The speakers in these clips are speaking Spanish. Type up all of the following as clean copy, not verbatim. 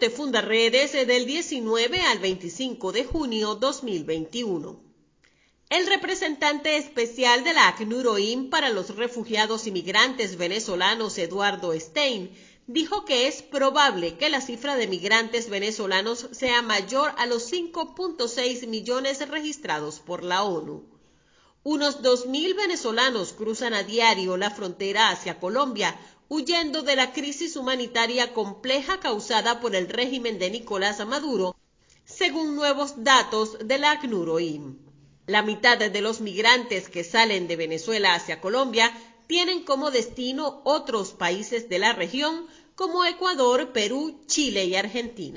de Fundarredes del 19 al 25 de junio 2021. El representante especial de la ACNUR-OIM para los refugiados y migrantes venezolanos, Eduardo Stein, dijo que es probable que la cifra de migrantes venezolanos sea mayor a los 5.6 millones registrados por la ONU. Unos 2.000 venezolanos cruzan a diario la frontera hacia Colombia, huyendo de la crisis humanitaria compleja causada por el régimen de Nicolás Maduro, según nuevos datos de la ACNUR-OIM. La mitad de los migrantes que salen de Venezuela hacia Colombia tienen como destino otros países de la región como Ecuador, Perú, Chile y Argentina.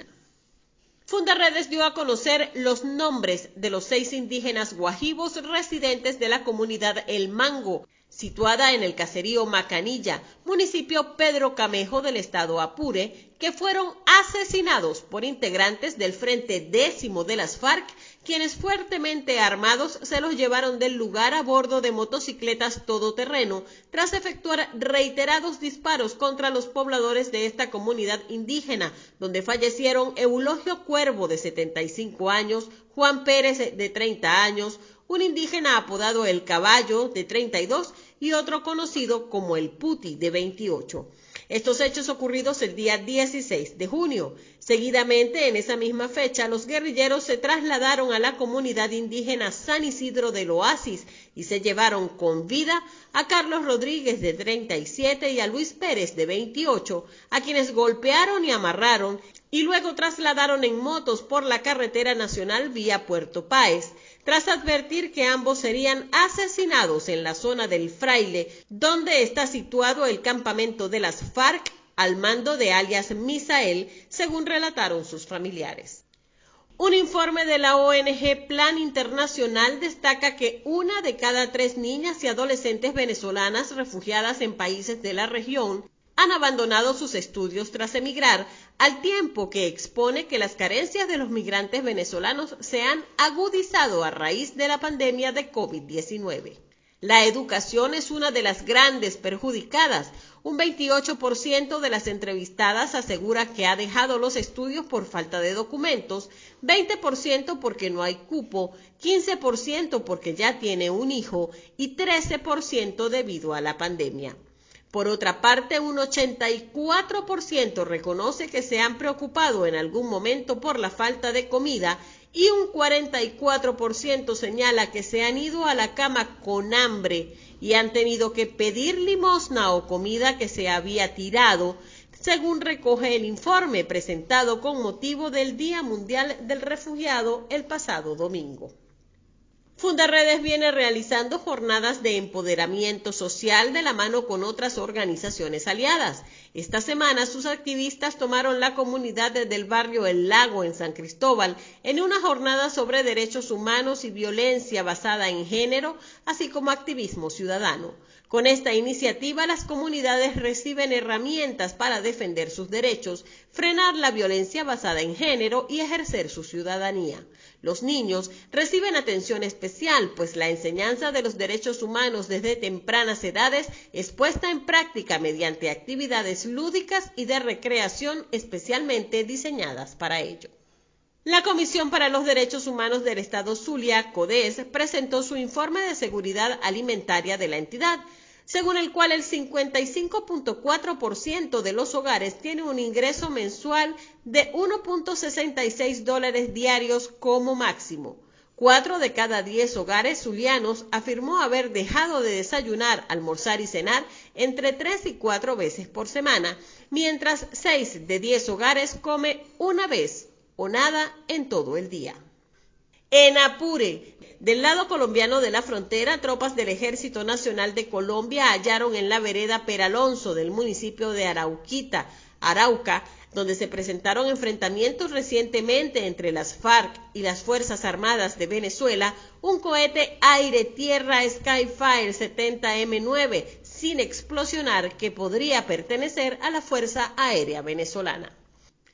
Fundarredes dio a conocer los nombres de los 6 indígenas guajivos residentes de la comunidad El Mango, situada en el caserío Macanilla, municipio Pedro Camejo del estado Apure, que fueron asesinados por integrantes del Frente X de las FARC, quienes fuertemente armados se los llevaron del lugar a bordo de motocicletas todoterreno, tras efectuar reiterados disparos contra los pobladores de esta comunidad indígena, donde fallecieron Eulogio Cuervo, de 75 años, Juan Pérez, de 30 años, un indígena apodado El Caballo, de 32, y otro conocido como El Puti, de 28. Estos hechos ocurridos el día 16 de junio. Seguidamente, en esa misma fecha, los guerrilleros se trasladaron a la comunidad indígena San Isidro del Oasis y se llevaron con vida a Carlos Rodríguez, de 37, y a Luis Pérez, de 28, a quienes golpearon y amarraron y luego trasladaron en motos por la carretera nacional vía Puerto Páez, tras advertir que ambos serían asesinados en la zona del Fraile, donde está situado el campamento de las FARC al mando de alias Misael, según relataron sus familiares. Un informe de la ONG Plan Internacional destaca que 1 de cada 3 niñas y adolescentes venezolanas refugiadas en países de la región han abandonado sus estudios tras emigrar, al tiempo que expone que las carencias de los migrantes venezolanos se han agudizado a raíz de la pandemia de COVID-19. La educación es una de las grandes perjudicadas. Un 28% de las entrevistadas asegura que ha dejado los estudios por falta de documentos, 20% porque no hay cupo, 15% porque ya tiene un hijo y 13% debido a la pandemia. Por otra parte, un 84% reconoce que se han preocupado en algún momento por la falta de comida y un 44% señala que se han ido a la cama con hambre y han tenido que pedir limosna o comida que se había tirado, según recoge el informe presentado con motivo del Día Mundial del Refugiado el pasado domingo. Fundarredes viene realizando jornadas de empoderamiento social de la mano con otras organizaciones aliadas. Esta semana sus activistas tomaron la comunidad del barrio El Lago en San Cristóbal en una jornada sobre derechos humanos y violencia basada en género, así como activismo ciudadano. Con esta iniciativa, las comunidades reciben herramientas para defender sus derechos, frenar la violencia basada en género y ejercer su ciudadanía. Los niños reciben atención especial, pues la enseñanza de los derechos humanos desde tempranas edades es puesta en práctica mediante actividades lúdicas y de recreación especialmente diseñadas para ello. La Comisión para los Derechos Humanos del Estado Zulia, CODES, presentó su informe de seguridad alimentaria de la entidad, según el cual el 55.4% de los hogares tiene un ingreso mensual de $1.66 diarios como máximo. 4 de cada 10 hogares zulianos afirmó haber dejado de desayunar, almorzar y cenar entre 3 y 4 veces por semana, mientras 6 de 10 hogares come una vez o nada en todo el día. En Apure, del lado colombiano de la frontera, tropas del Ejército Nacional de Colombia hallaron en la vereda Peralonso del municipio de Arauquita, Arauca, donde se presentaron enfrentamientos recientemente entre las FARC y las Fuerzas Armadas de Venezuela, un cohete aire-tierra Skyfire 70M9 sin explosionar que podría pertenecer a la Fuerza Aérea Venezolana.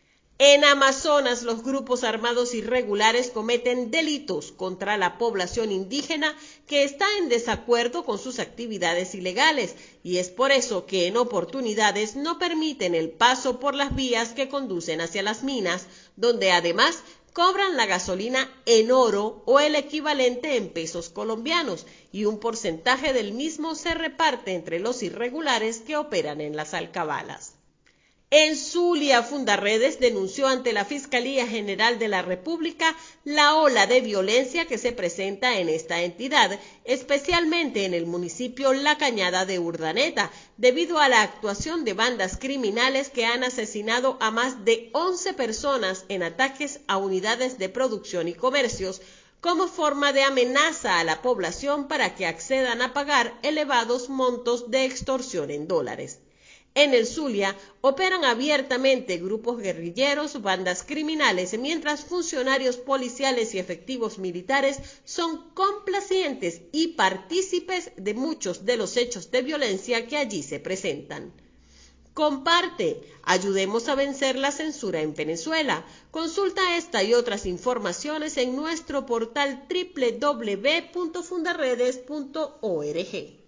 En Amazonas, los grupos armados irregulares cometen delitos contra la población indígena que está en desacuerdo con sus actividades ilegales, y es por eso que en oportunidades no permiten el paso por las vías que conducen hacia las minas, donde además cobran la gasolina en oro o el equivalente en pesos colombianos, y un porcentaje del mismo se reparte entre los irregulares que operan en las alcabalas. En Zulia, Fundarredes denunció ante la Fiscalía General de la República la ola de violencia que se presenta en esta entidad, especialmente en el municipio La Cañada de Urdaneta, debido a la actuación de bandas criminales que han asesinado a más de 11 personas en ataques a unidades de producción y comercios, como forma de amenaza a la población para que accedan a pagar elevados montos de extorsión en dólares. En el Zulia operan abiertamente grupos guerrilleros, bandas criminales, mientras funcionarios policiales y efectivos militares son complacientes y partícipes de muchos de los hechos de violencia que allí se presentan. Comparte, ayudemos a vencer la censura en Venezuela. Consulta esta y otras informaciones en nuestro portal www.fundarredes.org.